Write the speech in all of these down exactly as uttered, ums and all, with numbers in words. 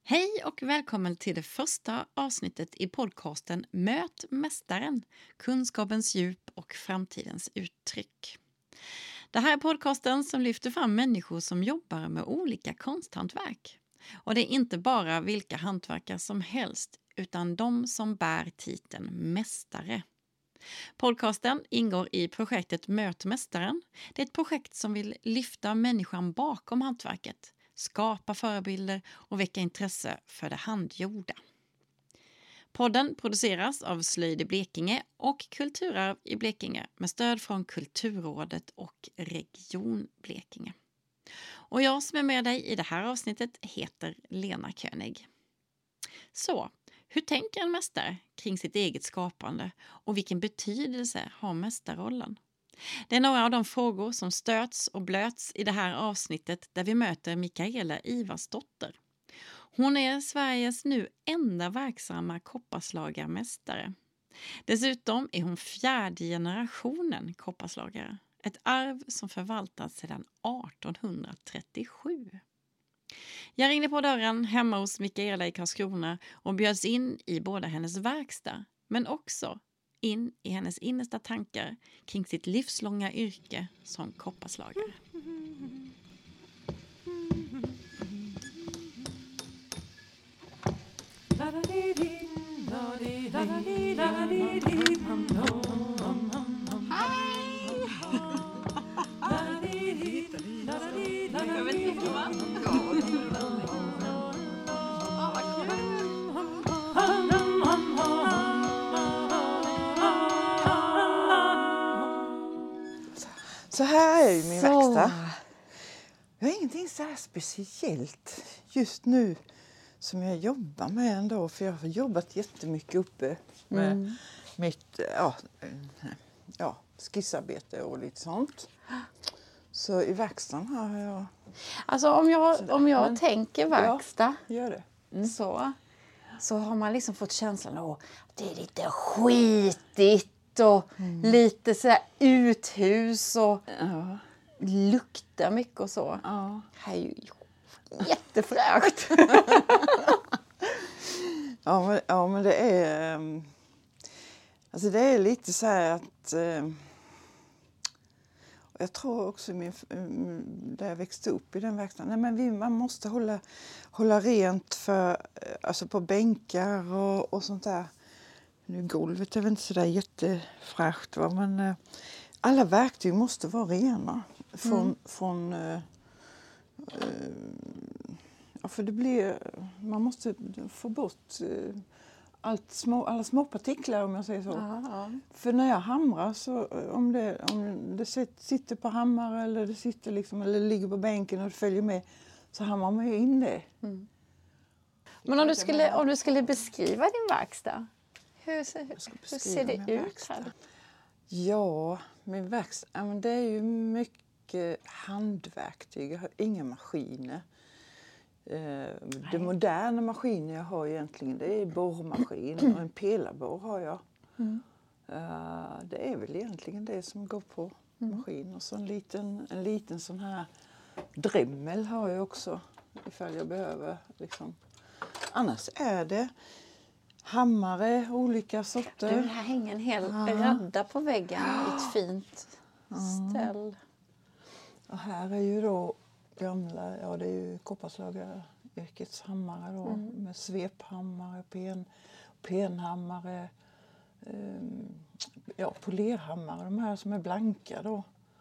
Hej och välkommen till det första avsnittet i podcasten Möt mästaren, kunskapens djup och framtidens uttryck. Det här är podcasten som lyfter fram människor som jobbar med olika konsthantverk. Och det är inte bara vilka hantverkare som helst utan de som bär titeln mästare. Podcasten ingår i projektet Möt mästaren. Det är ett projekt som vill lyfta människan bakom hantverket, skapa förebilder och väcka intresse för det handgjorda. Podden produceras av Slöjd i Blekinge och Kulturarv i Blekinge med stöd från Kulturrådet och Region Blekinge. Och jag som är med dig i det här avsnittet heter Lena König. Så, hur tänker en mästare kring sitt eget skapande och vilken betydelse har mästarrollen? Det är några av de frågor som stöts och blöts i det här avsnittet där vi möter Mikaela Ivarsdotter. Hon är Sveriges nu enda verksamma kopparslagarmästare. Dessutom är hon fjärde generationen kopparslagare. Ett arv som förvaltats sedan arton trettiosju. Jag ringde på dörren hemma hos Mikaela i Karlskrona och bjöds in i både hennes verkstad men också in i hennes innersta tankar kring sitt livslånga yrke som kopparslagare. Så här är ju min Så. verkstad. Jag har ingenting så här speciellt just nu som jag jobbar med ändå. För jag har jobbat jättemycket uppe med mm. mitt ja, ja, skissarbete och lite sånt. Så i verkstaden har jag... Alltså om jag, om jag Men, tänker verkstad ja, gör det. Mm. så, så har man liksom fått känslan av att det är lite skitigt. Och mm. lite så här uthus och ja. luktar mycket och så. Ja. Det här är ju jättefräscht. ja, men, ja, men det är... Alltså det är lite så här att... Och jag tror också min, där jag växte upp i den verkstaden. Nej, men vi, man måste hålla, hålla rent för, alltså på bänkar och, och sånt där. Nu golvet är väl inte så där jättefräscht, va? Men eh, alla verktyg måste vara rena. Från, mm. från eh, eh, ja, för det blir, man måste få bort eh, allt små, alla små partiklar om jag säger så. Ja. För när jag hamrar så, om det, om det sitter på hammare eller det sitter liksom, eller ligger på bänken och det följer med, så hammar man ju in det. Mm. Men om du, skulle, om du skulle beskriva din verkstad? Hur ser, hur ser det ut verkstad. Här? Ja, min verkstad, ja, men det är ju mycket handverktyg. Jag har inga maskiner. Eh, det moderna maskiner jag har egentligen, det är borrmaskin och en pelarborr har jag. Mm. Eh, det är väl egentligen det som går på mm. maskin. Och så en liten, en liten sån här drämmel har jag också ifall jag behöver. Liksom. Annars är det hammare, olika sorter. Du, här hänger en hel ja. radda på väggen i ett fint ja. ställ. Och här är ju då gamla, ja det är ju kopparslagaryrkets hammare då. Mm. Med svephammare, pen, penhammare, um, ja polerhammare, de här som är blanka då.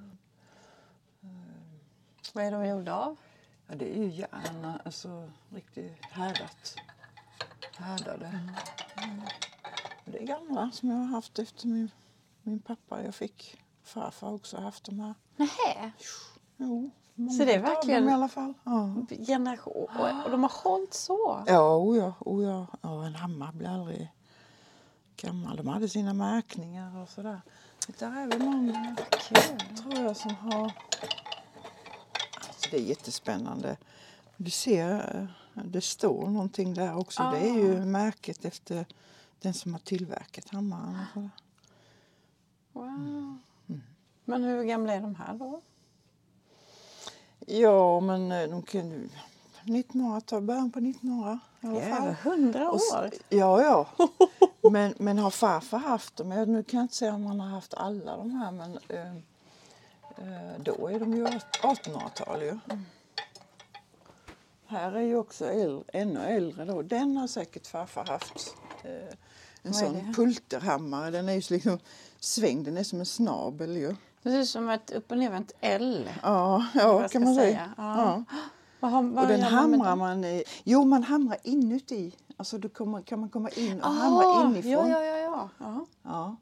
Um, Vad är de gjorda av? Ja det är ju gärna, alltså riktigt härdat. Härdade. Mm. Mm. Det är gamla som jag har haft efter min, min pappa. Jag fick farfar också haft de här. Nähä? Jo, så det är verkligen i alla fall. Ja. Generation. Och de har hållit så? Ja, oh ja, oh ja. ja, en hammare blir aldrig gammal. De hade sina märkningar och sådär. Det där är väl många, tror jag, som har... Alltså, det är jättespännande. Du ser... Det står någonting där också. Ah. Det är ju märket efter den som har tillverkat hammaren. Wow. Mm. Mm. Men hur gamla är de här då? Ja, men de kan, nittonhundratal, början på nittonhundra i alla Det är fall. över hundra Och s- år. Ja, ja. Men, men har farfar haft dem? Jag, nu kan jag inte säga om han har haft alla de här, men eh, eh, då är de ju artonhundratal ju. Här är ju också äldre, ännu äldre då. Den har säkert farfar haft. Eh, en Vad är sån det? pulterhammare. Den är ju så liksom svängd, den är som en snabel ju. Det ser ut som ett upp och nervänt L. Ja, vad ja jag kan ska man säga. säga. Ja. Ja. Vad har, vad Och den gör man med hamrar den? man i. Jo, man hamrar inuti. Alltså då kommer, kan man komma in och Ah, hamra inifrån. Ja, ja, ja. ja. ja. Ja.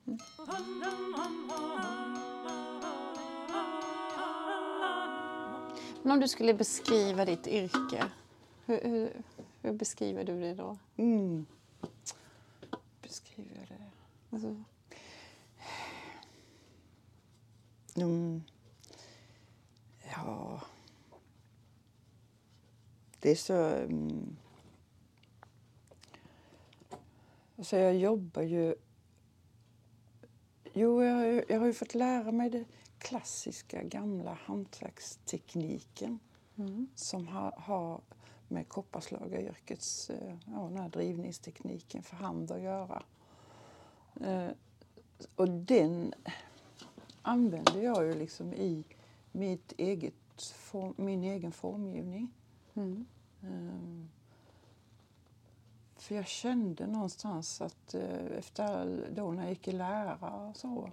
Men om du skulle beskriva ditt yrke, hur, hur, hur beskriver du det då? Mm. Beskriver jag det? Alltså, Mm. Ja. Det är så... Mm. Alltså jag jobbar ju... Jo, jag, har ju- jag har ju fått lära mig det klassiska gamla hantverkstekniken mm. som har, har med kopparslagaryrkets eh, ja, den här drivningstekniken för hand att göra. Eh, och den använder jag ju liksom i mitt eget form, min egen formgivning. Mm. Eh, för jag kände någonstans att eh, efter då när jag gick i lära och så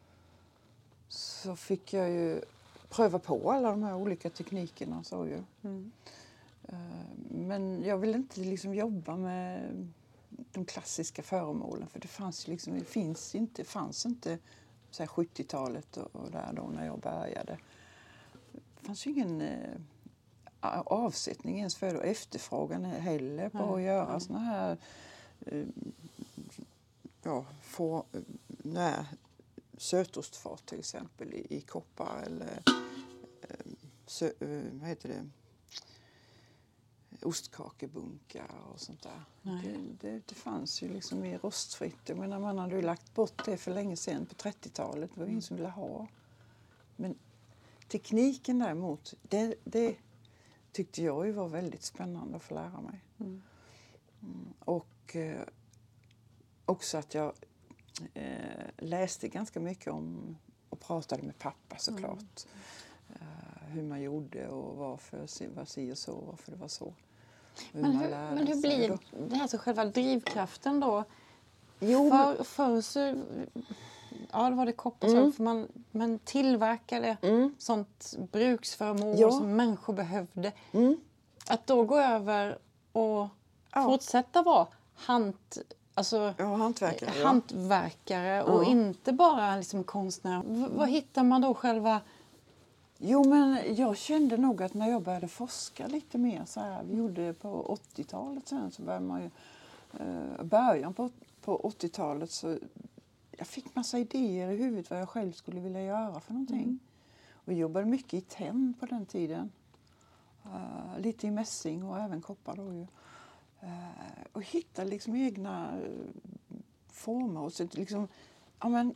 så fick jag ju pröva på alla de här olika teknikerna. Så ju. Mm. Eh, men jag vill inte liksom jobba med de klassiska föremålen för det fanns ju liksom, det finns inte, fanns inte så här sjuttiotalet och, och där då när jag började. Det fanns ju ingen eh, avsättning ens för det och efterfrågan heller på Nej, att göra nej. såna här eh, ja, få, nej, sötostfat till exempel i, i koppar eller eh, sö, eh, vad heter det? Ostkakebunkar och sånt där. Det, det, det fanns ju liksom mer rostfritt. Jag menar, man hade ju lagt bort det för länge sedan på trettiotalet. Det var ingen som ville ha. Men tekniken däremot, det, det tyckte jag ju var väldigt spännande att få lära mig. Mm. Mm, och eh, också att jag eh, läste ganska mycket om och pratade med pappa såklart. Mm. Eh, hur man gjorde och varför var si och så, varför det var så. Hur Men, man hur, lärde men hur sig blir då. det här så själva drivkraften då? Jo, För, förr så, ja, då var det kopparslag, Mm. för man, man tillverkade Mm. sånt bruksföremål Ja. som människor behövde. Mm. Att då gå över och Ja. fortsätta vara hant, alltså, Ja, hantverkare. Ja. hantverkare och Ja. inte inte bara liksom konstnär. V- vad hittar man då själva? Jo, men jag kände nog att när jag började forska lite mer så här, vi gjorde det på åttiotalet sen så började man ju, eh, början på, på åttiotalet så jag fick massa idéer i huvudet vad jag själv skulle vilja göra för någonting. Mm. Och jag jobbade mycket i tenn på den tiden. Eh, lite i mässing och även koppar då ju. Eh, och hitta liksom egna eh, former och så liksom, ja men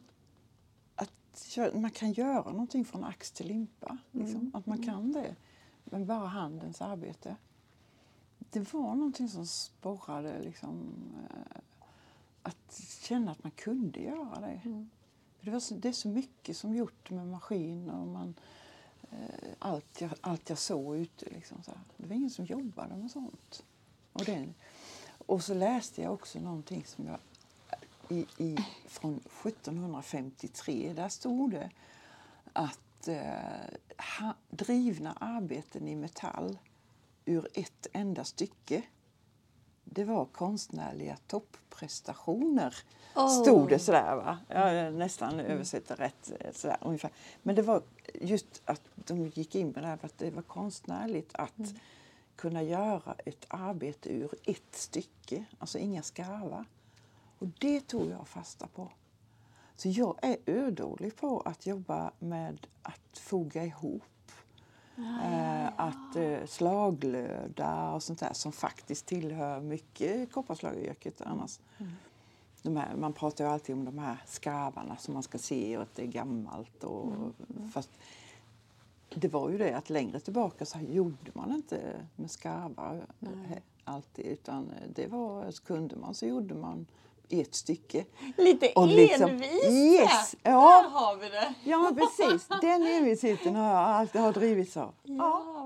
att man kan göra någonting från ax till limpa. Liksom. Mm. Att man kan det. Men bara handens arbete. Det var någonting som sporrade liksom, eh, att känna att man kunde göra det. Mm. För det, var så, det är så mycket som gjort med maskin och man, eh, allt, jag, allt jag såg ute. Liksom, så här. Det var ingen som jobbade med sånt. Och, det, och så läste jag också någonting som jag I, i, från sjuttonhundrafemtiotre, där stod det att eh, ha, drivna arbeten i metall ur ett enda stycke, det var konstnärliga topprestationer. Oh. Stod det sådär va? Jag nästan översätter rätt sådär ungefär. Men det var just att de gick in med det här att det var konstnärligt att mm. kunna göra ett arbete ur ett stycke, alltså inga skarvar. Och det tog jag fasta på. Så jag är ödålig på att jobba med att foga ihop. Ah, eh, att eh, slaglöda och sånt där som faktiskt tillhör mycket kopparslagaryrket annars. Mm. De här, man pratar ju alltid om de här skarvarna som man ska se och att det är gammalt. Och, mm. Mm. Fast det var ju det att längre tillbaka så gjorde man inte med skarvar mm. alltid. Utan det var, så kunde man så gjorde man i ett stycke. Lite och liksom, envisa! Yes, ja. Där har vi det! Ja, precis. Den envisheten har jag alltid har drivits av. Ja.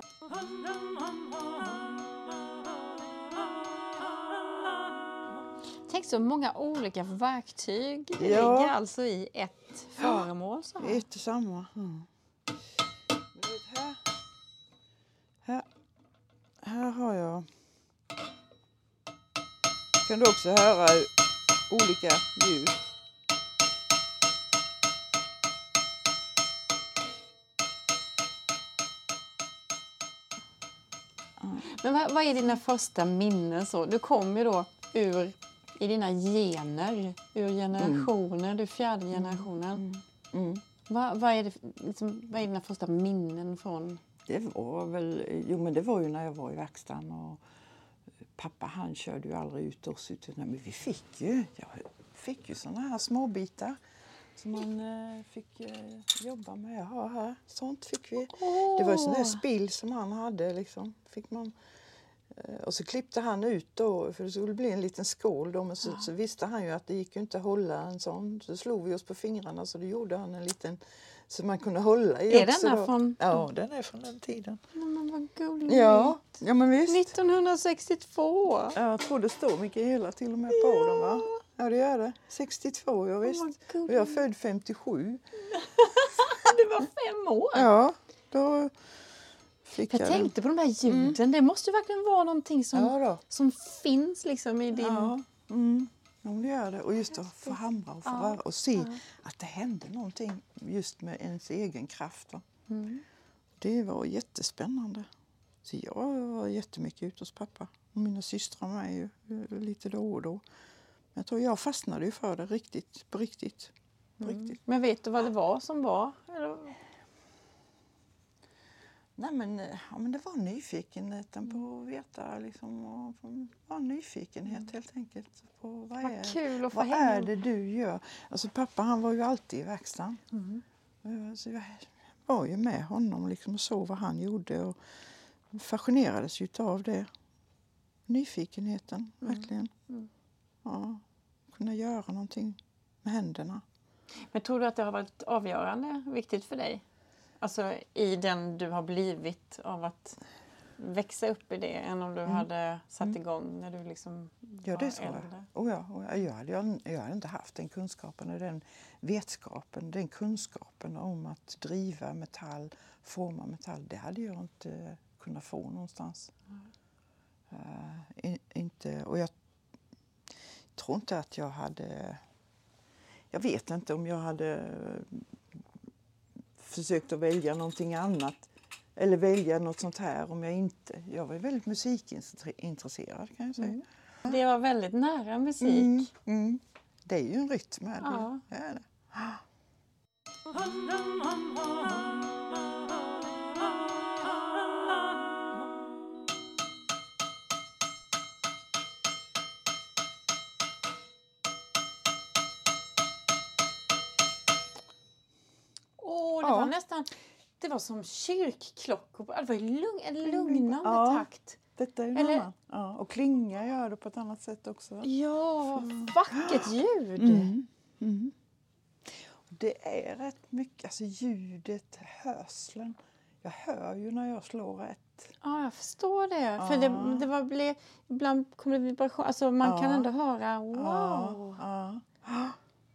Tänk så många olika verktyg det ja. ligger alltså i ett föremål. Så här. Ett och samma. Mm. Här, här, här har jag... Kan du också höra olika ljud. Mm. Men vad, vad är dina första minnen? Så? Du kommer ju då ur... i dina gener, ur generationer, mm. du är fjärde generationen. Mm. Mm. Vad, vad, är det, liksom, vad är dina första minnen från? Det var väl, jo men det var ju när jag var i verkstaden och pappa han körde ju aldrig ut oss utan men vi fick ju, jag fick ju såna här små bitar som man eh, fick eh, jobba med. Ja, här, sånt fick vi. Oh. Det var ju sån här spill som han hade liksom, fick man. Och så klippte han ut då, för det skulle bli en liten skål då, men så, ja. så visste han ju att det gick ju inte att hålla en sån. Så slog vi oss på fingrarna så då gjorde han en liten, så man kunde hålla i är också. Är den från? Ja, den är från den tiden. Men vad gulligt. Ja, ja men visst. nittonhundrasextiotvå. Ja, jag tror det står Mikaela till och med på ja. den va? Ja det gör det. sextiotvå, ja visst. Och jag är född femtiosju. Du var fem år. Ja, då... Jag, jag tänkte på de här ljuden. Mm. Det måste ju verkligen vara någonting som, ja som finns liksom i din... Ja, mm. ja det gör det. Och just att få hamra och få ja. röra och se ja. att det hände någonting just med ens egen kraft. Mm. Det var jättespännande. Så jag var jättemycket ute hos pappa. Och mina systrar med ju lite då och då. Men jag tror jag fastnade ju för det riktigt, på riktigt. På mm. riktigt. Men vet du vad det var som var? Eller? Nej men, ja, men det var nyfikenheten på att veta liksom, och var nyfikenhet mm. helt enkelt på vad, vad är, kul att få vad är det du gör. Alltså pappa han var ju alltid i verkstaden. Mm. Så jag var ju med honom liksom, och såg vad han gjorde och fascinerades ju av det. Nyfikenheten, mm. verkligen. Mm. Ja, kunna göra någonting med händerna. Men tror du att det har varit avgörande, viktigt för dig? Alltså i den du har blivit av att växa upp i det än om du mm. hade satt mm. igång när du liksom var ja, det tror äldre? Jag. Och ja, och jag, jag, hade, jag hade inte haft den kunskapen och den vetskapen, den kunskapen om att driva metall, forma metall. Det hade jag inte kunnat få någonstans. Mm. Uh, in, inte, och jag tror inte att jag hade... Jag vet inte om jag hade... försökt att välja någonting annat eller välja något sånt här om jag inte. Jag var väldigt musikintresserad kan jag säga. Mm. Det var väldigt nära musik. Mm, mm. Det är ju en rytm med ja. det. Är det. Åh, det var nästan... Det var som kyrkklockor. Det var lugn, en lugnande ja, takt. Detta är ju Eller... annan. Ja, och klinga gör det på ett annat sätt också. Ja, vackert ljud. Mm. Mm. Det är rätt mycket, alltså ljudet, hörslen. Jag hör ju när jag slår rätt. Ja, jag förstår det. Ja. För det, det var ble, ibland kommer det vibration. Alltså man ja. kan ändå höra, wow. Ja. Ja.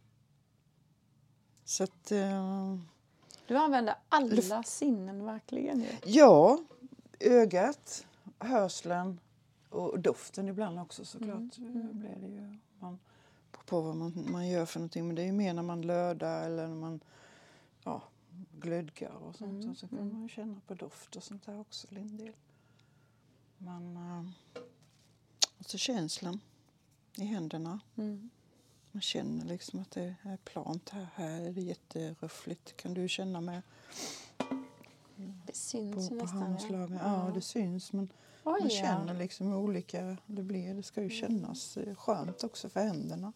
Så att... Uh... Du använder alla sinnen verkligen. Ja, ögat, hörseln och doften ibland också såklart. Mm. Mm. Blir det ju. Man, på vad man, man gör för någonting. Men det är ju mer när man lödar eller när man ja, glödgar och sånt. Mm. Så kan mm. man känna på doft och sånt där också till en del. Man, äh, alltså känslan i händerna. Mm. Man känner liksom att det är plant här. Här är det jätteruffligt. Kan du känna med? Det syns på, nästan. På ja. ja, det syns. Men Oj, man känner liksom olika. Det, blir, det ska ju kännas skönt också för händerna.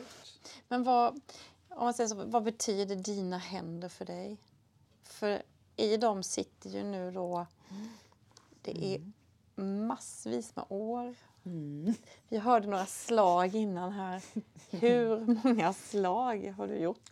Men vad, om man säger så, vad betyder dina händer för dig? För i dem sitter ju nu då, det är massvis med år. Mm. Vi hörde några slag innan här. Hur många slag har du gjort?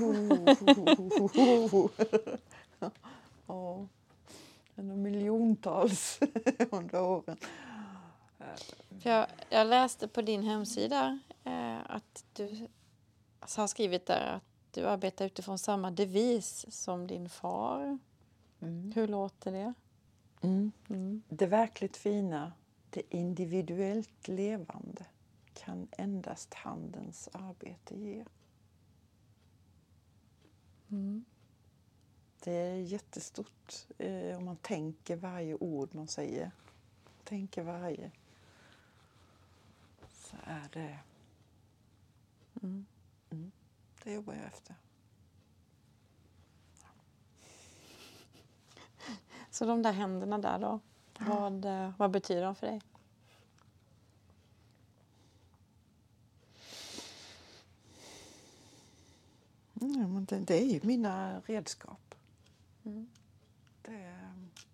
Ja, en miljontals under åren. För jag, jag läste på din hemsida eh, att du alltså, har skrivit där att du arbetar utifrån samma devis som din far. Mm. Hur låter det? Mm. Mm. Det verkligt fina, det individuellt levande, kan endast handens arbete ge. Mm. Det är jättestort eh, om man tänker varje ord man säger. Tänker varje. Så är det. Mm. Mm. Det jobbar jag efter. Så de där händerna där då, vad, vad betyder de för dig? Mm, men det, det är ju mina redskap. Mm. Det är...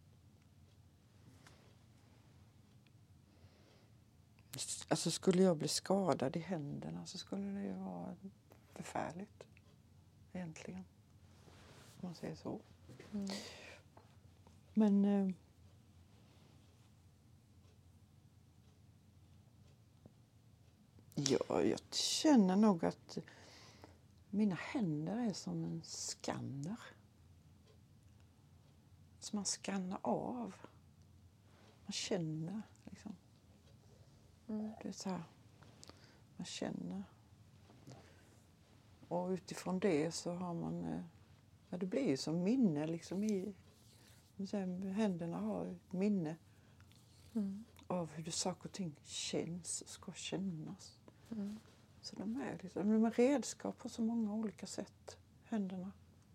Alltså skulle jag bli skadad i händerna så skulle det ju vara förfärligt. Egentligen. Om man säger så. Mm. Men... Eh, ja, jag känner nog att mina händer är som en skanner. Som man skannar av. Man känner liksom. Mm. Det är så här. Man känner. Och utifrån det så har man... Eh, ja, det blir ju som minne liksom i... Sen, händerna har ett minne Mm. av hur det saker och ting känns och ska kännas. Mm. Så de är, liksom, de är redskap på så många olika sätt, händerna.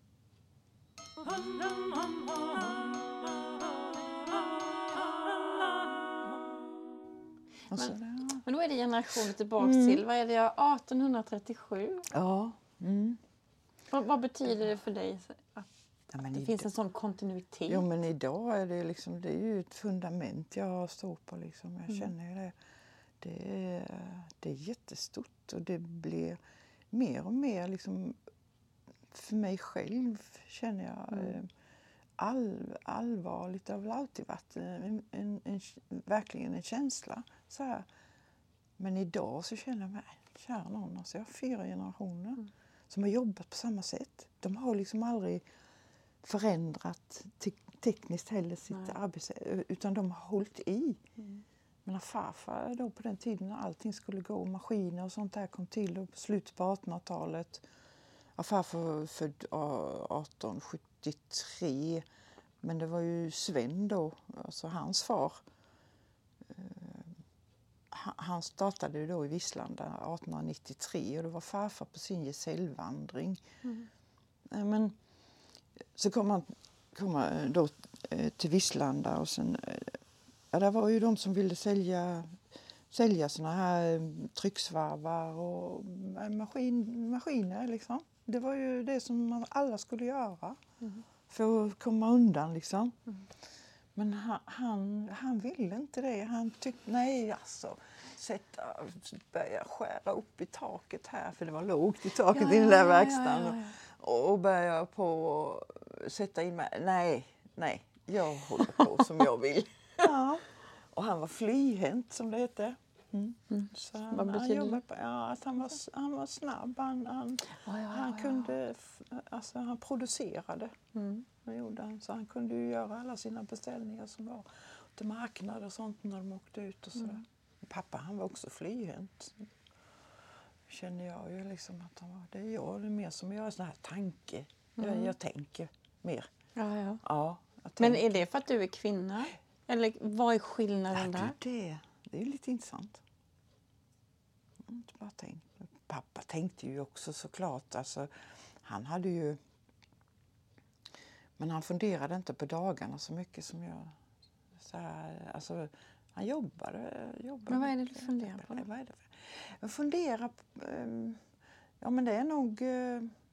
Och så Men- där. Men då är det generationer tillbaka Mm. till, vad är det, arton trettiosju? Ja. Mm. Vad, vad betyder det för dig att Ja, men det i- finns en sån kontinuitet? Jo, men idag är det liksom, det är ju ett fundament jag står på liksom. Jag Mm. känner ju det. Det är, det är jättestort och det blir mer och mer liksom, för mig själv känner jag Mm. eh, all, allvarligt. Det har väl alltid varit en, en, en, verkligen en känsla så här. Men idag så känner jag mig, kära någon, alltså jag har fyra generationer Mm. som har jobbat på samma sätt. De har liksom aldrig förändrat te- tekniskt heller sitt Nej. arbete, utan de har hållit i. Mm. Men farfar då på den tiden när allting skulle gå, maskiner och sånt där kom till och på slutet på artonhundratalet. Ja, farfar var född arton sjuttiotre, men det var ju Sven då, alltså hans far. Han startade ju då i Vislanda arton nittiotre och det var farfar på sin gesällvandring. Mm. Men så kom han kom han då till Vislanda och sen, ja, det var ju de som ville sälja, sälja såna här trycksvarvar och maskin, maskiner liksom. Det var ju det som alla skulle göra Mm. för att komma undan liksom. Mm. Men han, han, han ville inte det. Han tyckte, nej alltså, sätta, börja skära upp i taket här, för det var lågt i taket Ja, i den ja, där ja, verkstaden. ja, ja. Och börja på och sätta in mig. Nej, nej, jag håller på som jag vill. Ja. Och han var flyhänt som det heter. Mm. Mm. Så Vad han, han, betyder jobbade det? på, ja, att han, var, han var snabb. Han, han, Ja, ja, han ja. kunde, alltså han producerade. Mm. Det gjorde han. Så han kunde ju göra alla sina beställningar som var till marknad och sånt när de åkte ut och sådär. Mm. Pappa han var också flyhänt. Känner jag ju liksom att han var, det är jag, det är mer som jag är sån här tanke. Jag, Mm. jag tänker mer. Ja, ja. Ja, jag Men tänker. är det för att du är kvinna? Eller vad är skillnaden Ja, där? du, det, det är ju lite intressant. Mm, inte bara tänkt. Pappa tänkte ju också såklart. Alltså, han hade ju... Men han funderade inte på dagarna så mycket som jag. Så här, alltså, han jobbade, jobbade. Men vad är det du funderar på då? Vad är det för? Jag funderar på... Um, ja, men det är nog... Uh,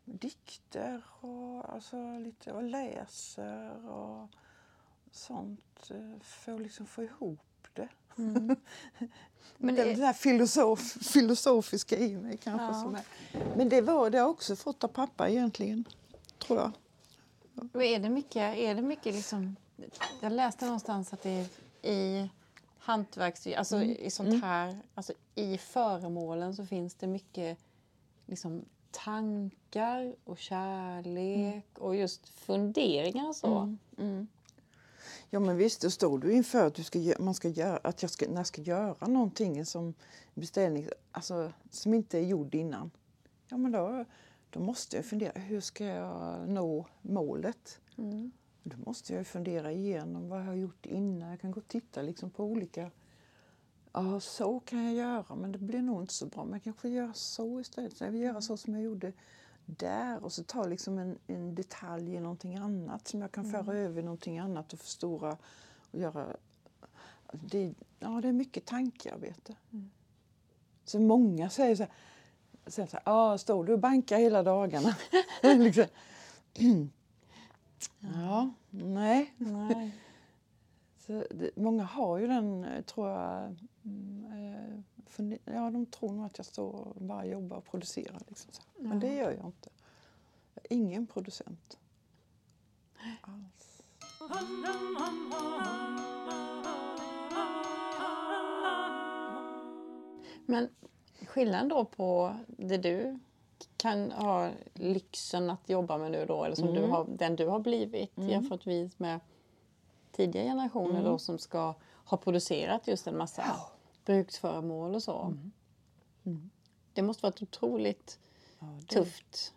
dikter och, alltså, lite, och läser och sånt. För att liksom få ihop det. Mm. Men det, det där filosof, filosofiska i mig kanske. Ja. Som är. Men det var det också fått av pappa egentligen, tror jag. Och är det mycket, är det mycket liksom, jag läste någonstans att det är i hantverks, alltså mm. i sånt här, alltså i föremålen så finns det mycket liksom tankar och kärlek mm. och just funderingar och så. Mm. Mm. Ja, men visst, då står du inför att du ska, man ska göra, att jag ska, när jag ska göra någonting som beställning, alltså som inte är gjord innan. Ja, men då, då måste jag fundera, hur ska jag nå målet? Mm. Då måste jag fundera igenom vad jag har gjort innan. Jag kan gå och titta liksom på olika, ja, så kan jag göra, men det blir nog inte så bra. Men jag kanske får göra så istället. Så jag vill göra så som jag gjorde där, och så ta liksom en, en detalj i någonting annat som jag kan föra mm. över någonting annat och förstora och göra. Det, ja, det är mycket tankearbete. Mm. Så många säger så här, säger så här, ah, står du och bankar hela dagarna? liksom. ja, nej. nej. Så det, många har ju den, tror jag, mm, för, ja, de tror nog att jag står och bara jobbar och producerar. Liksom så. Men ja. Det gör jag inte. Jag är ingen producent. Alls. Men skillnaden då på det du kan ha lyxen att jobba med nu då, eller som mm. du har, den du har blivit mm. jämfört med tidigare generationer mm. då som ska ha producerat just en massa ja. bruksföremål och så. Mm. Mm. Det måste vara otroligt ja, det... tufft.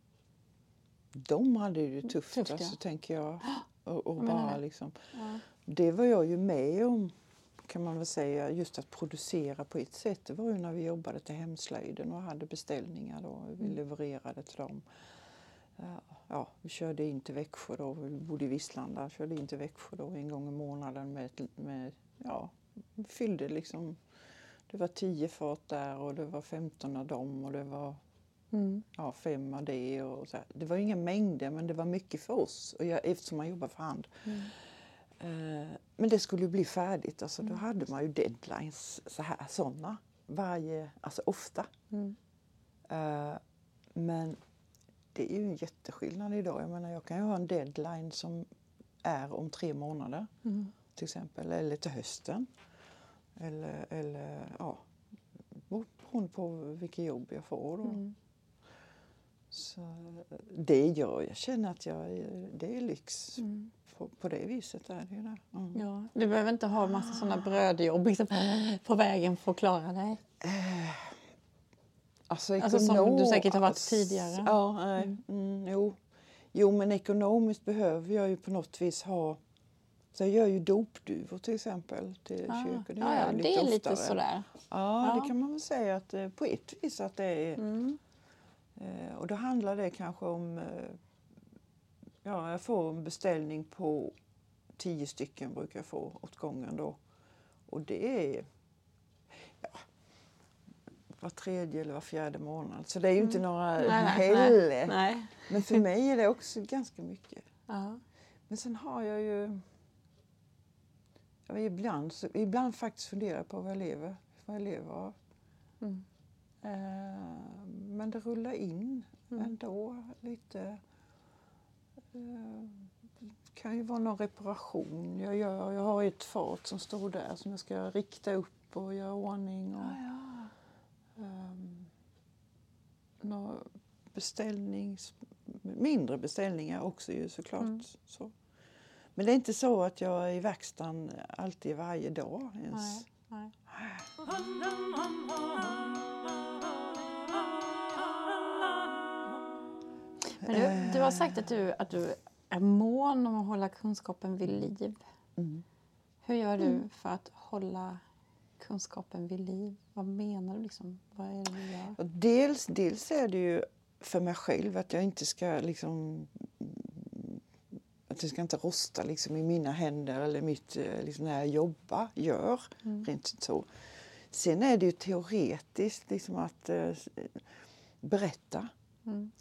De hade ju det tufft, tufft alltså, ja. tänker jag. Och, och jag bara liksom. Ja. Det var jag ju med om, kan man väl säga, just att producera på ett sätt. Det var ju när vi jobbade till Hemslöjden och hade beställningar då. Vi mm. levererade till dem. Ja, vi körde in till Växjö då, vi bodde i Vislanda, körde in till Växjö då en gång i månaden med, med ja, fyllde liksom, det var tio fat där och det var femton av dem och det var mm. ja, fem av det och så här. Det var inga mängder, men det var mycket för oss och jag, eftersom man jobbar för hand. Mm. Eh, men det skulle ju bli färdigt, alltså då hade man ju deadlines så här, sådana, varje, alltså ofta. Mm. Eh, men det är ju en jätteskillnad idag. Jag menar, jag kan ju ha en deadline som är om tre månader. Mm. Till exempel. Eller till hösten. Eller, eller ja. Beroende på vilket jobb jag får då. Mm. Så det gör jag. känner att jag, det är lyx. Mm. På, på det viset är det ju det. Mm. Ja. Du behöver inte ha massa sådana brödjobb liksom, på vägen för att klara dig. Eh. Alltså, alltså som du säkert har varit tidigare. Ja, nej, mm. Mm, jo. jo, men ekonomiskt behöver jag ju på något vis ha. Så jag gör ju dopduvor till exempel till ah. kyrkor. Det, ja, ja, det är lite sådär. Ja, ja, det kan man väl säga att eh, på ett vis att det är. Mm. Eh, och då handlar det kanske om. Eh, ja, jag får en beställning på tio stycken brukar jag få åt gången då. Och det är. Ja. Var tredje eller var fjärde månad. Så det är ju inte mm. några nej, heller. Nej, nej. Men för mig är det också ganska mycket. Ja. Men sen har jag ju. Jag ibland, så, ibland faktiskt funderar på vad jag lever, vad jag lever av. Mm. Eh, men det rullar in mm. ändå lite. Eh, det kan ju vara någon reparation jag gör. Jag har ett fat som står där som jag ska rikta upp och göra ordning. Och, ja, ja. Um, några beställnings, mindre beställningar också ju såklart. Mm. Så. Men det är inte så att jag är i verkstaden alltid varje dag ens. Nej, nej. Men du, du har sagt att du, att du är mån om att hålla kunskapen vid liv. Mm. Hur gör du mm. för att hålla kunskapen vid liv? Vad menar du liksom? Vad är det du gör? Dels, dels är det ju för mig själv att jag inte ska liksom att det ska inte rosta liksom i mina händer eller mitt liksom när jag jobbar, gör mm. rent så. Sen är det ju teoretiskt liksom att eh, berätta. Mm.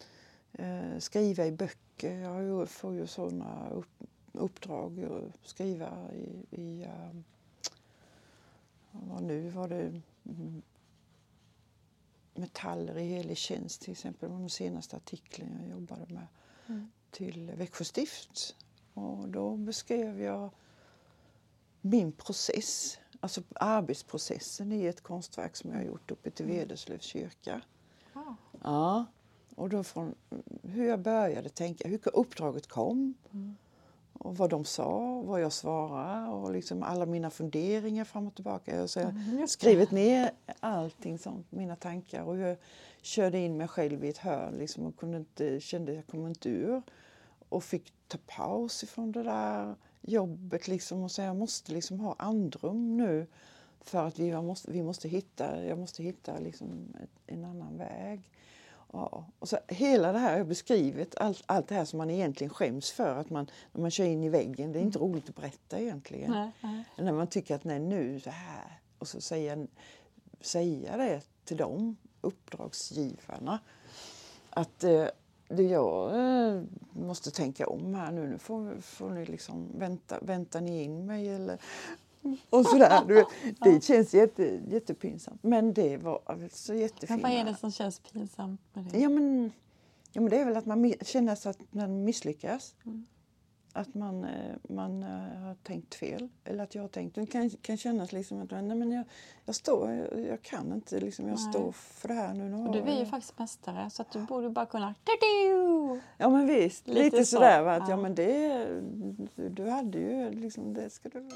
eh, skriva i böcker. Jag ju, får ju sådana upp, uppdrag att skriva i, i um, vad nu var det mm, metaller i helig tjänst till exempel. De senaste artiklarna jag jobbade med mm. till Växjö stift. Och då beskrev jag min process, alltså arbetsprocessen i ett konstverk som jag har gjort uppe till Vederslövs kyrka. Oh. Ja, och då från hur jag började tänka, hur uppdraget kom mm. och vad de sa, vad jag svarade och liksom alla mina funderingar fram och tillbaka. Så jag har skrivit ner allting sånt, mina tankar, och jag körde in mig själv i ett hörn liksom, och kunde inte, kände att jag kom inte ur och fick ta paus ifrån det där jobbet liksom och säga jag måste liksom ha andrum nu för att vi måste, vi måste hitta, jag måste hitta liksom ett, en annan väg. Ja, och så hela det här har jag beskrivit, allt, allt det här som man egentligen skäms för att man, när man kör in i väggen, det är inte mm. roligt att berätta egentligen. Nej, nej. När man tycker att nej nu så här, och så säga, säga det till dem, uppdragsgivarna, att eh, det jag eh, måste tänka om här nu, nu får, får ni liksom vänta, vänta ni in mig eller och sådär. Du, det känns jätte, jättepinsamt. Men det var alltså jättefint. Men vad är det som känns pinsamt med det? Ja men, ja, men det är väl att man känner sig att man misslyckas. Mm. Att man, man har tänkt fel. Eller att jag har tänkt. Det kan, kan kännas liksom att nej, men jag, jag står, jag, jag kan inte liksom, jag nej. står för det här nu. Och du är ju faktiskt mästare så att du borde bara kunna... Ja men visst, lite, lite så. sådär va. Att, ja. ja men det, du hade ju liksom, det ska du...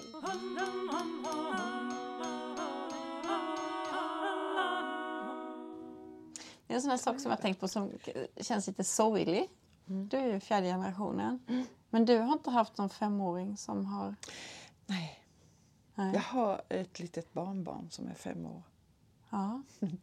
Det är en sån här sak som jag tänkt på som känns lite sorglig. Mm. Du är ju fjärde generationen. Mm. Men du har inte haft någon femåring som har... Nej. Nej. Jag har ett litet barnbarn som är fem år. Ja.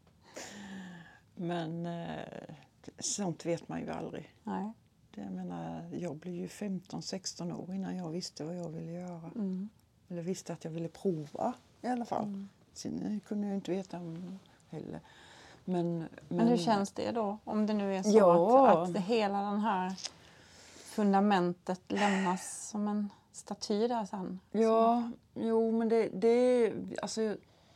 Men eh, sånt vet man ju aldrig. Nej. Det, jag menar, jag blev ju femton sexton år innan jag visste vad jag ville göra. Mm. Eller visste att jag ville prova i alla fall. Mm. Sen kunde jag inte veta heller. Men, men, men hur känns det då? Om det nu är så ja. att, att hela den här fundamentet lämnas som en staty där sen. Ja, så. jo men det, det, alltså,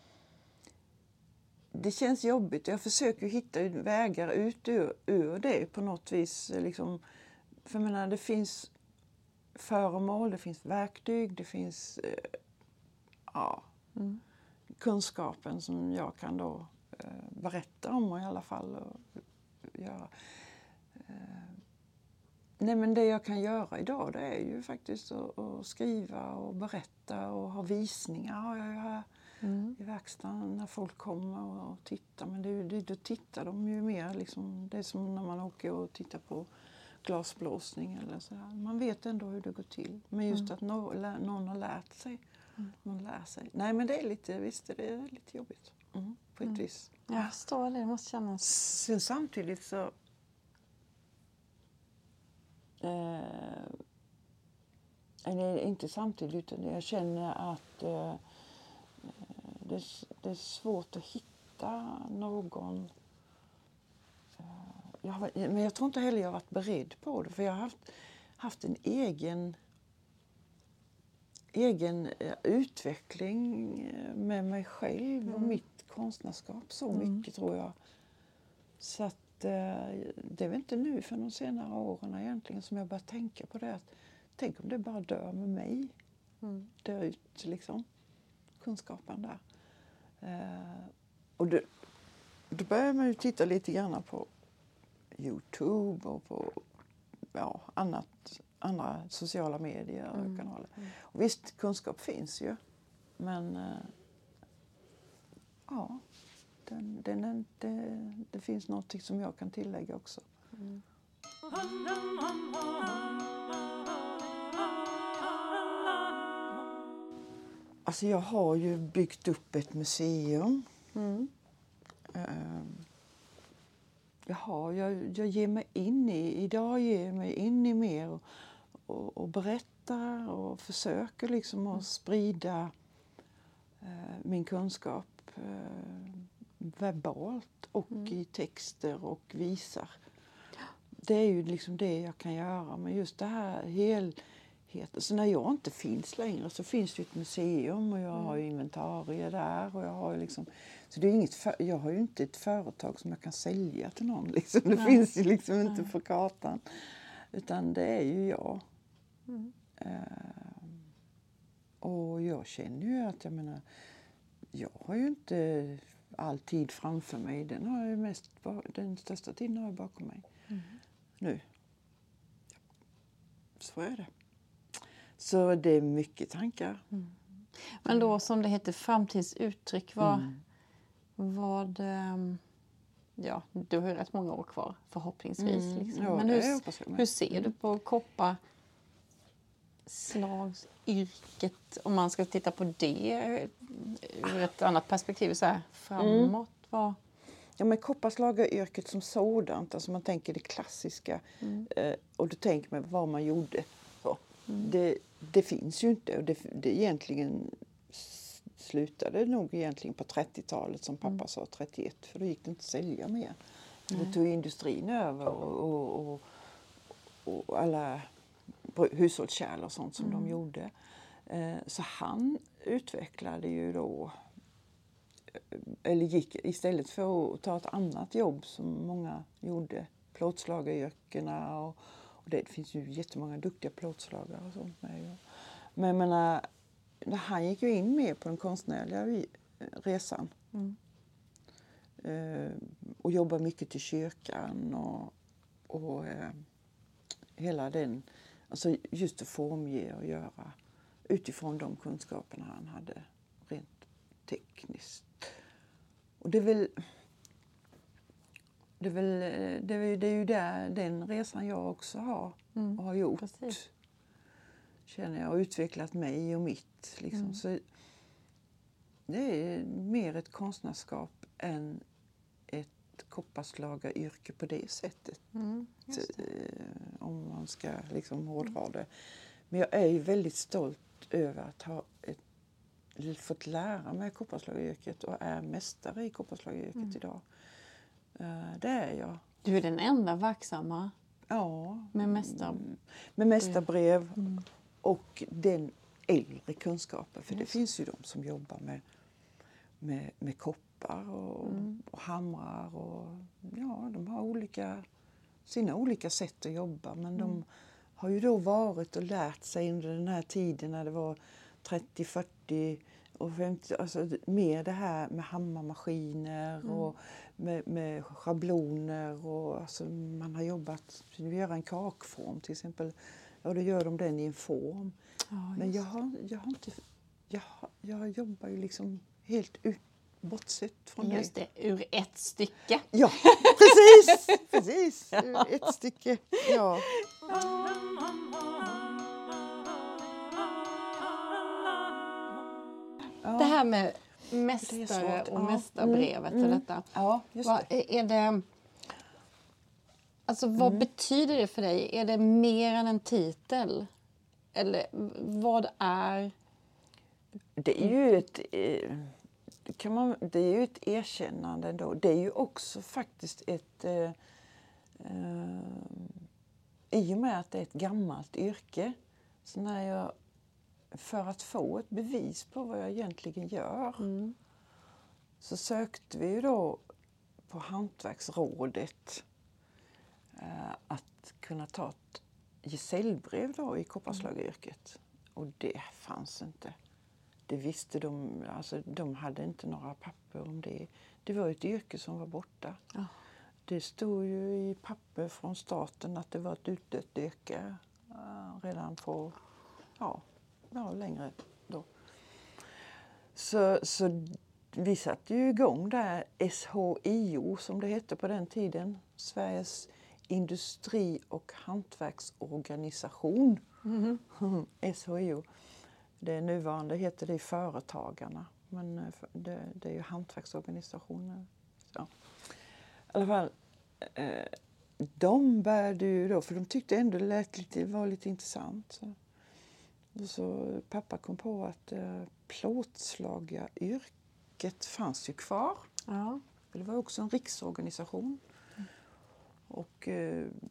det känns jobbigt. Jag försöker hitta vägar ut ur, ur det på något vis. Liksom, för jag menar, det finns föremål, det finns verktyg, det finns eh, ja, mm. kunskapen som jag kan då eh, berätta om och i alla fall och, göra. Eh, nej men det jag kan göra idag det är ju faktiskt att, att skriva och berätta och ha visningar har jag ju här mm. i verkstaden när folk kommer och tittar. Men det, det, då tittar de ju mer liksom, det är som när man åker och tittar på glasblåsning eller så här. Man vet ändå hur det går till. Men just mm. att no, lä, någon har lärt sig. Mm. Någon lär sig. Nej men det är lite, visst det är lite jobbigt. Mm, på ett mm. vis. Jag förstår det, det måste kännas. Sen samtidigt så eh, eller inte samtidigt utan jag känner att eh, det, det är svårt att hitta någon. Jag har, men jag tror inte heller jag har varit beredd på det. För jag har haft, haft en egen, egen utveckling med mig själv mm. och mitt konstnärskap. Så mm. mycket tror jag. Så att det är väl inte nu för de senare åren egentligen som jag börjar tänka på det. Att, tänk om det bara dör med mig. Mm. Dör ut liksom. Kunskapen där. Uh, och det, då börjar man ju titta lite grann på YouTube och på ja, annat, andra sociala medier och mm. kanaler. Mm. Och visst, kunskap finns ju. Men uh, ja, den, den är inte, det finns något som jag kan tillägga också. Mm. Alltså jag har ju byggt upp ett museum. Mm. Uh, jag, har, jag, jag ger mig in i, idag ger jag mig in i mer och, och, och berättar och försöker liksom att sprida uh, min kunskap uh, verbalt och mm. i texter och visar. det är ju liksom det jag kan göra. Men just det här helheten. Så när jag inte finns längre så finns det ett museum och jag mm. har ju inventarier där. Och jag har ju liksom, så det är inget för, jag har ju inte ett företag som jag kan sälja till någon. Liksom. Det Nej. finns ju liksom inte Nej. på kartan. Utan det är ju jag. Mm. Uh, och jag känner ju att jag menar, jag har ju inte all tid framför mig. Den, har jag mest, den största tiden har jag bakom mig. Mm. Nu. Så är det. Så det är mycket tankar. Mm. Men då som det heter framtidsuttryck, vad, mm. vad ja, du har ju rätt många år kvar förhoppningsvis. Mm. Liksom. Ja, men hur, jag hur ser du på kopparslagsyrket om man ska titta på det ur ett annat perspektiv så här framåt? Mm. Vad? Ja, men kopparslagaryrket som sådant, alltså man tänker det klassiska mm. eh, och du tänker med vad man gjorde. Så. Mm. Det, det finns ju inte och det, det egentligen slutade nog egentligen på trettiotalet som pappa mm. sa, trettioett, för då gick det inte att sälja mer. Mm. Då tog industrin över och, och, och, och alla hushållskärl och sånt som mm. de gjorde. Eh, så han utvecklade ju då, eller gick istället för att ta ett annat jobb som många gjorde, plåtslagaryrkena och, och det finns ju jättemånga duktiga plåtslagare och sånt med. Men jag menar, han gick ju in mer på den konstnärliga resan. Mm. Uh, och jobbar mycket till kyrkan och, och uh, hela den, alltså just att formge och göra utifrån de kunskaperna han hade rent tekniskt. Och det är väl, det är väl, det är, det är ju där, den resan jag också har mm. och har gjort. Precis. Känner jag, och utvecklat mig och mitt. Liksom. Mm. Så det är mer ett konstnärskap än ett kopparslagaryrke på det sättet. Mm, det. Om man ska liksom hårdra det. Men jag är ju väldigt stolt över att ha ett, fått lära mig kopparslagaryrket och är mästare i kopparslagaryrket mm. idag. Uh, det är jag. Du är den enda verksamma ja, med mästar... med mästarbrev mm. och den äldre kunskapen. För Just. det finns ju de som jobbar med, med, med koppar och, mm. och hamrar. Och, ja, de har olika, sina olika sätt att jobba. Men mm. de har ju då varit och lärt sig under den här tiden när det var trettio, fyrtio och femtio. Alltså mer det här med hammarmaskiner mm. och med, med schabloner. Och, alltså, man har jobbat, vi gör en kakform till exempel. Ja, då gör de den i en form. Ja, men jag har, jag har inte, jag, har, jag jobbar ju liksom helt ut, bortsett från det. Just det, ur ett stycke. Ja, precis, precis, ur ett stycke, ja. Det här med mästare och mm. mästarbrevet och mm. detta. Ja, just vad, det. Är det... Alltså vad mm. betyder det för dig? Är det mer än en titel? Eller vad är... Det är ju ett, kan man, det är ju ett erkännande då. Det är ju också faktiskt ett... Eh, eh, I och med att det är ett gammalt yrke. Så när jag... För att få ett bevis på vad jag egentligen gör mm. så sökte vi ju då på Hantverksrådet eh, att kunna ta ett gesällbrev då i kopparslagaryrket. Och det fanns inte. Det visste de, alltså de hade inte några papper om det. Det var ett yrke som var borta. Oh. Det stod ju i papper från staten att det var ett utdött yrke uh, redan på, ja, ja, längre då. Så, så vi satte ju igång där S H I O som det hette på den tiden. Sveriges industri- och hantverksorganisation. Mm-hmm. S H I O. Det nuvarande heter det Företagarna. Men det, det är ju hantverksorganisationer. Så. I alla fall, eh, de började ju då, för de tyckte ändå det lät lite, var lite intressant. Så. Och så pappa kom på att eh, plåtslagaryrket fanns ju kvar. Ja. Det var också en riksorganisation. Mm. Och eh,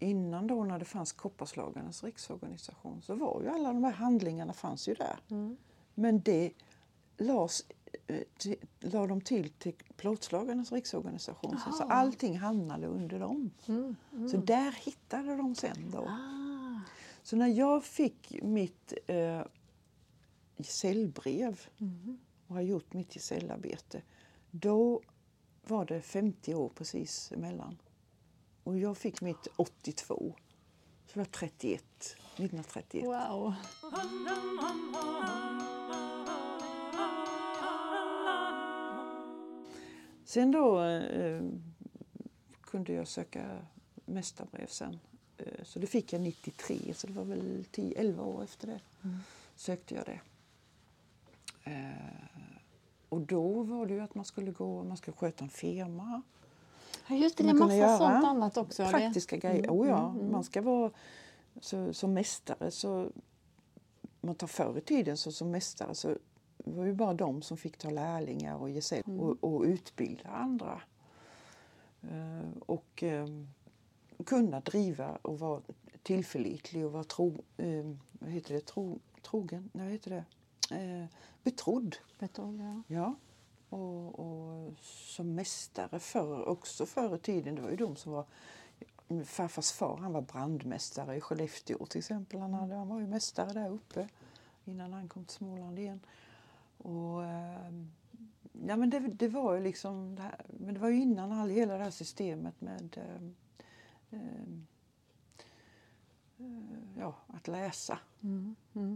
innan då när det fanns Kopparslagarnas riksorganisation så var ju alla de här handlingarna fanns ju där. Mm. Men det lades, till, la de till till Plåtslagarnas riksorganisation. Så, så allting hamnade under dem. Mm. Mm. Så där hittade de sen då. Ah. Så när jag fick mitt eh, gesällbrev Mm. och har gjort mitt gesällarbete, då var det femtio år precis emellan. Och jag fick mitt åttiotvå. Så det var trettioett, nittonhundratrettioett. Wow. Sen då eh, kunde jag söka mästarbrev sen. Eh, så det fick jag nittiotre, så det var väl tio elva år efter det. Mm. Sökte jag det. Eh, och då var det ju att man skulle gå, man skulle sköta en firma. Ja, just det, det är Man massa kunde göra sånt annat också. Praktiska det. grejer. Mm, Oh ja, mm, mm. man ska vara så, som mästare. Så, man tar förr i tiden så som mästare så var ju bara de som fick ta lärlingar och gesäll Mm. och, och utbilda andra. Uh, och um, kunna driva och vara tillförlitlig och vara tro, um, vad heter det? Tro, trogen? Nej, vad heter det? Uh, betrodd. Betrodd, ja. Ja. Och, och som mästare förr, också förr i tiden, det var ju de som var, farfars far han var brandmästare i Skellefteå till exempel, han, hade, han var ju mästare där uppe innan han kom till Småland igen. Och, eh, ja, men det, det var ju liksom, det här, men det var ju innan all, hela det här systemet med eh, eh, ja, att läsa. Mm, mm.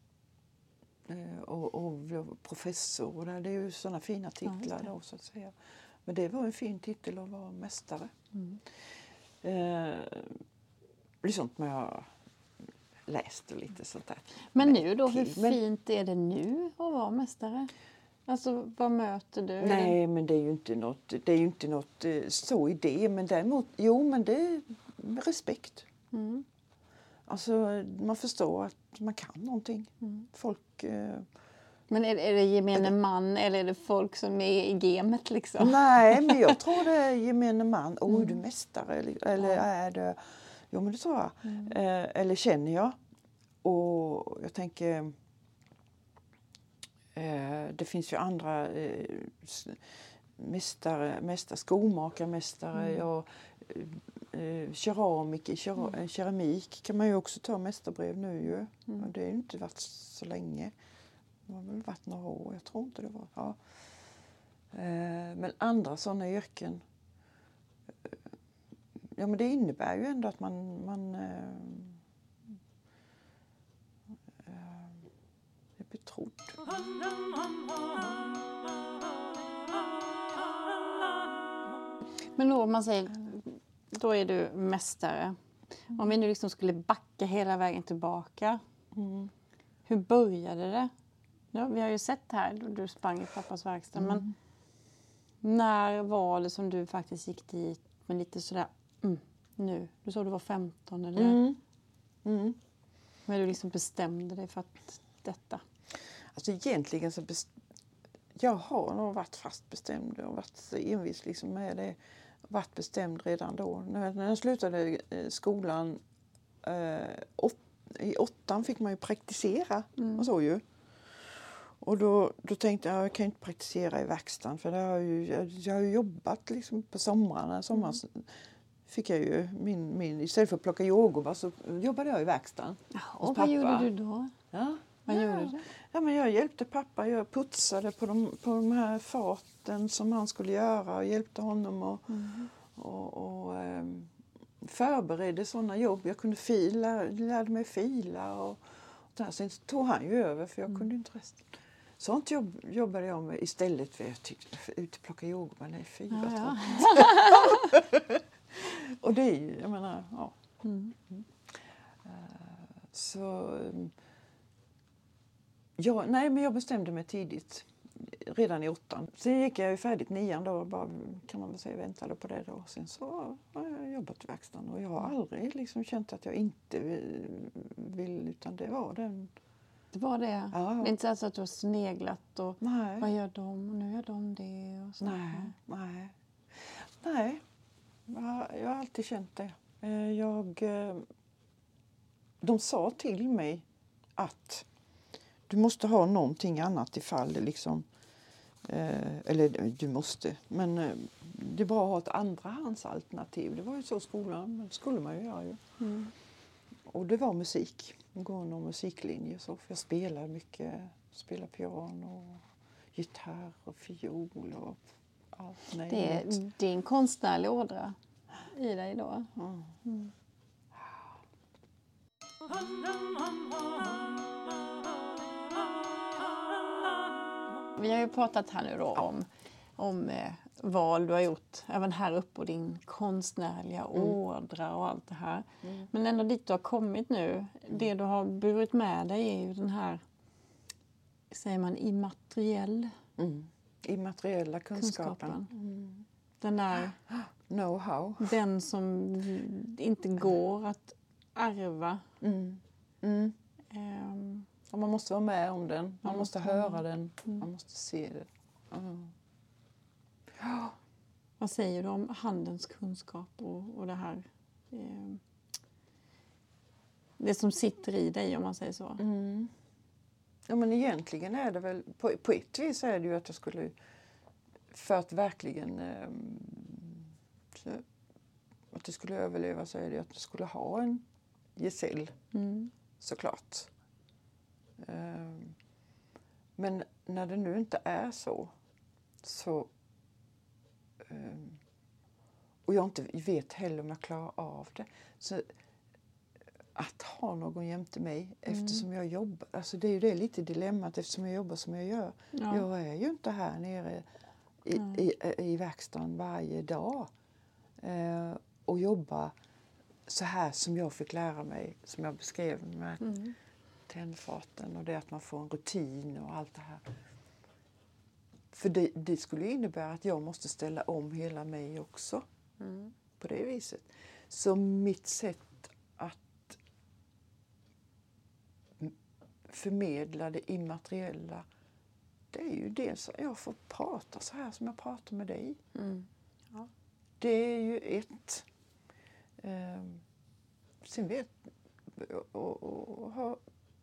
Och, och professor, och det är ju sådana fina titlar Ja, då, så att säga. Men det var en fin titel att vara mästare. Mm. Eh, det är sånt man har läst och lite sånt där. Men nu då, hur Men- fint är det nu att vara mästare? Alltså, vad möter du? Är det- Nej, men det är ju inte något, det är ju inte något eh, så i det. Men däremot, jo men det är respekt. Mm. Alltså man förstår att man kan någonting. Mm. Folk... Eh, Men är, är det gemene man eller är det folk som är i gamet liksom? Nej, men jag tror det är gemene man. Åh, Mm. är du mästare? Eller, eller Ja. är det... Jo, men det tror jag. Mm. Eh, eller känner jag. Och jag tänker... Eh, det finns ju andra eh, s- mästare, mästare, skomakarmästare. Mm. Och, eh, keramik, kera, Mm. keramik kan man ju också ta mästarbrev nu ju. Mm. Och det har ju inte varit så länge. Det har väl varit några år, jag tror inte det var. Ja. Eh, men andra sådana yrken, eh, ja men det innebär ju ändå att man, man eh, eh, är betrodd. Men då, om man säger, då är du mästare. Om vi nu liksom skulle backa hela vägen tillbaka. Mm. Hur började det? Ja, vi har ju sett här, du, du sprang i pappas verkstad. Mm. Men när var det som du faktiskt gick dit med lite sådär, mm, nu? Du sa du var femton eller? Mm. Mm. Men du liksom bestämde dig för att detta. Alltså egentligen så best- jag har nog varit fast bestämd och varit så envis liksom med det. Varit bestämd redan då. När, när jag slutade eh, skolan eh, åt, i åttan fick man ju praktisera Mm. och så ju. Och då, då tänkte jag, jag kan inte praktisera i verkstaden för det har ju, jag, jag har ju jobbat liksom på somrarna. Sommaren fick jag ju min, min, istället för att plocka jordgubbar så jobbade jag i verkstaden. Och vad pappa. gjorde du då? Ja. Vad ja. gjorde du? Ja, men jag hjälpte pappa, jag putsade på de, på de här faten som han skulle göra och hjälpte honom och, Mm. och, och eh, förberedde sådana jobb. Jag kunde fila, lärde mig fila och, och där. Sen tog han ju över för jag Mm. kunde inte resten. Sånt jobb jobbade jag med istället för jag tyckte ut och plocka jordgubbar. Nej, fy vad Ja, tråkigt. Och det är ju, jag menar, ja. Mm. Så ja, nej, men jag bestämde mig tidigt, redan i åttan. Sen gick jag ju färdigt nian då och bara, kan man väl säga, väntade på det då. Sen så har jag jobbat i verkstaden och jag har aldrig liksom känt att jag inte vill, vill utan det var den. Det var det. Ja. Det är inte så att du har sneglat och Nej, vad gör de? Och nu gör de det. Och så. nej, nej. Nej, jag, har- jag har alltid känt det. Eh, jag, eh, de sa till mig att du måste ha någonting annat ifall det liksom, eh, eller du måste, men eh, det är bra att ha ett andrahandsalternativ. Det var ju så skolan, men det skulle man ju göra ju. Mm. Och det var musik, gå någon musiklinje så, för jag spelar mycket, spelar piano, gitarr och fiol och allt möjligt. Det är din konstnärliga ådra i dig då. Mm. Mm. Vi har ju pratat här nu då om, om eh, val du har gjort även här uppe och din konstnärliga Mm. ådra och allt det här. Mm. Men ändå dit du har kommit nu, det du har burit med dig är ju den här, säger man, immateriell Mm. Immateriella kunskapen. kunskapen. Mm. Den där, Know-how. den som inte går att ärva. Mm. Mm. Ehm, Och man måste vara med om den, man, Man måste måste vara höra den, Mm. man måste se den. Mm. Vad säger du om handens kunskap och, och det här? Eh, det som sitter i dig, om man säger så. Mm. Ja, men egentligen är det väl, på, på ett vis är det ju att jag skulle, för att verkligen eh, så, att det skulle överleva, så är det att jag skulle ha en gesäll, Mm. såklart. Eh, men när det nu inte är så, så eh, och jag inte vet heller om jag klarar av det, så att ha någon jämte mig, eftersom jag jobbar, alltså det är ju det lite dilemmat, eftersom jag jobbar som jag gör. Ja. Jag är ju inte här nere i, i, i verkstaden varje dag eh, och jobbar så här som jag fick lära mig, som jag beskrev med Mm. tändfaten och det att man får en rutin och allt det här. För det, det skulle innebära att jag måste ställa om hela mig också Mm. på det viset. Så mitt sätt att förmedla det immateriella, det är ju dels att jag får prata så här som jag pratar med dig. Mm. Ja. Det är ju ett. Eh, sen vet och, och, och ha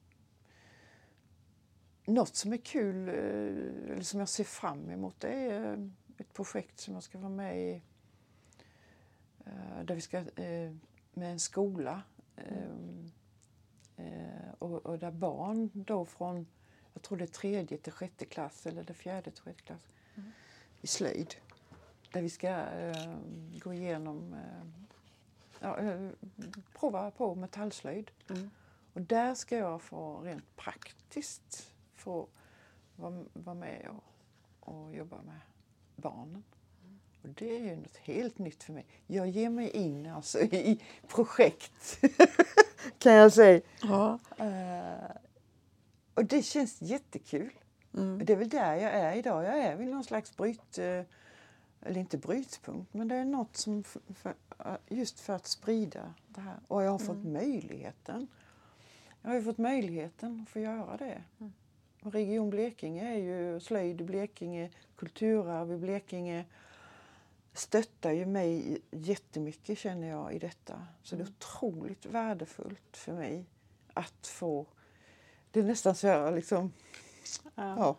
något som är kul, eh, eller som jag ser fram emot, det är eh, ett projekt som jag ska vara med i. Eh, där vi ska eh, med en skola. Eh, eh, och, och där barn då från, jag tror det är tredje till sjätte klass, eller det fjärde till sjätte klass, Mm. i slöjd. Där vi ska eh, gå igenom, eh, ja, eh, prova på metallslöjd. Mm. Och där ska jag få rent praktiskt få vara, vara med och, och jobba med barnen. Och det är ju något helt nytt för mig. Jag ger mig in alltså i projekt, kan jag säga. Ja. Uh, och det känns jättekul. Mm. Det är väl där jag är idag. Jag är vid någon slags bryt, eller inte brytpunkt, men det är något som för, för, just för att sprida det här. Och jag har fått Mm. möjligheten. Jag har ju fått möjligheten att få göra det. Mm. Och Region Blekinge är ju slöjd i Blekinge, kulturarv i Blekinge. Stöttar ju mig jättemycket, känner jag, i detta. Så det är otroligt värdefullt för mig att få. Det är nästan så jag liksom, Ja. ja.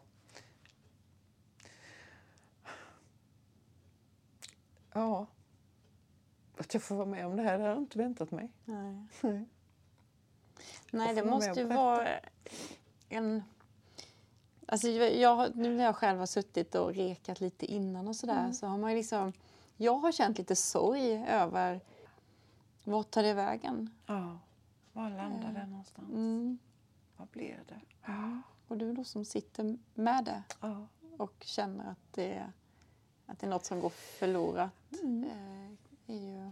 Ja. Att jag får vara med om det här, det har jag inte väntat mig. Nej. Nej. Nej, Jag det får vara med måste och ju berätta. vara en... Alltså jag, jag, nu när jag själv har suttit och rekat lite innan och sådär, Mm. så har man ju liksom... Jag har känt lite sorg över vart tar det vägen. Ja. Var landar Eh, det någonstans? Mm. Vad blir det? Mm. Och du då som sitter med det Ja. och känner att det, att det är något som går förlorat. Mm. Eh, är ju...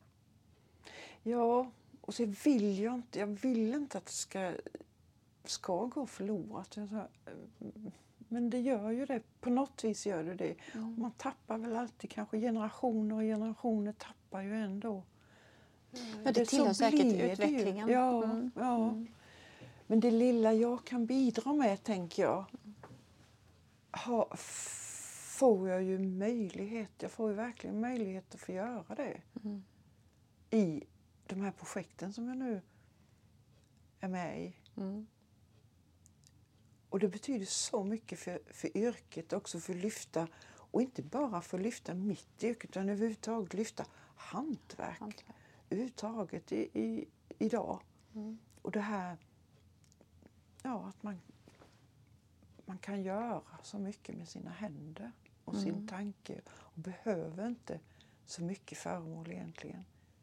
Ja, och så vill jag inte, jag vill inte att det ska, ska gå förlorat. Jag sa, men det gör ju det, på något vis gör det det. Mm. Man tappar väl alltid, kanske generationer och generationer tappar ju ändå. Ja, det tillhör så säkert blir det ju. utvecklingen. Ja, Mm. ja. Mm. Men det lilla jag kan bidra med, tänker jag, ha, får jag ju möjlighet, jag får ju verkligen möjlighet att få göra det. Mm. I de här projekten som jag nu är med i. Mm. Och det betyder så mycket för, för yrket också, för att lyfta, och inte bara för att lyfta mitt yrke utan överhuvudtaget lyfta hantverk, Hantverk. överhuvudtaget i, i, idag. Mm. Och det här, ja, att man, man kan göra så mycket med sina händer och sin Mm. tanke och behöver inte så mycket föremål egentligen.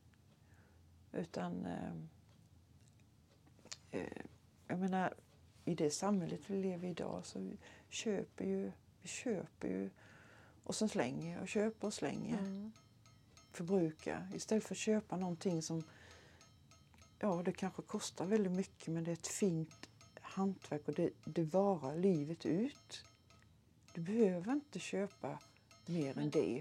Utan, eh, eh, jag menar, i det samhället vi lever i idag så vi köper ju, vi köper ju och sen slänger och köper och slänger. Mm. Förbrukar istället för att köpa någonting som, ja, det kanske kostar väldigt mycket men det är ett fint hantverk och det, det varar livet ut. Du behöver inte köpa mer än det.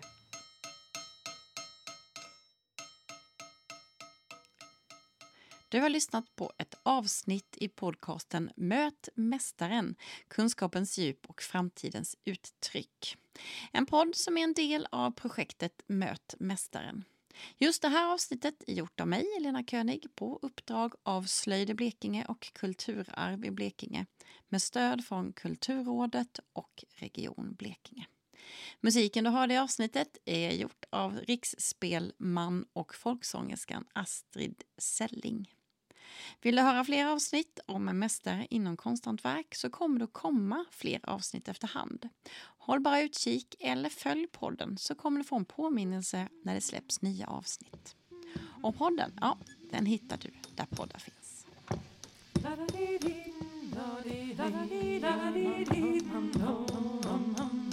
Du har lyssnat på ett avsnitt i podcasten Möt mästaren, kunskapens djup och framtidens uttryck. En podd som är en del av projektet Möt mästaren. Just det här avsnittet är gjort av mig, Elena König, på uppdrag av Slöjd i Blekinge och Kulturarv i Blekinge med stöd från Kulturrådet och Region Blekinge. Musiken du hörde i avsnittet är gjort av riksspelman och folksångerskan Astrid Selling. Vill du höra fler avsnitt om en mästare inom konsthantverk så kommer det att komma fler avsnitt efterhand. Håll bara utkik eller följ podden så kommer du få en påminnelse när det släpps nya avsnitt. Och podden, ja, den hittar du där poddar finns. La la di di, la di da di da di di,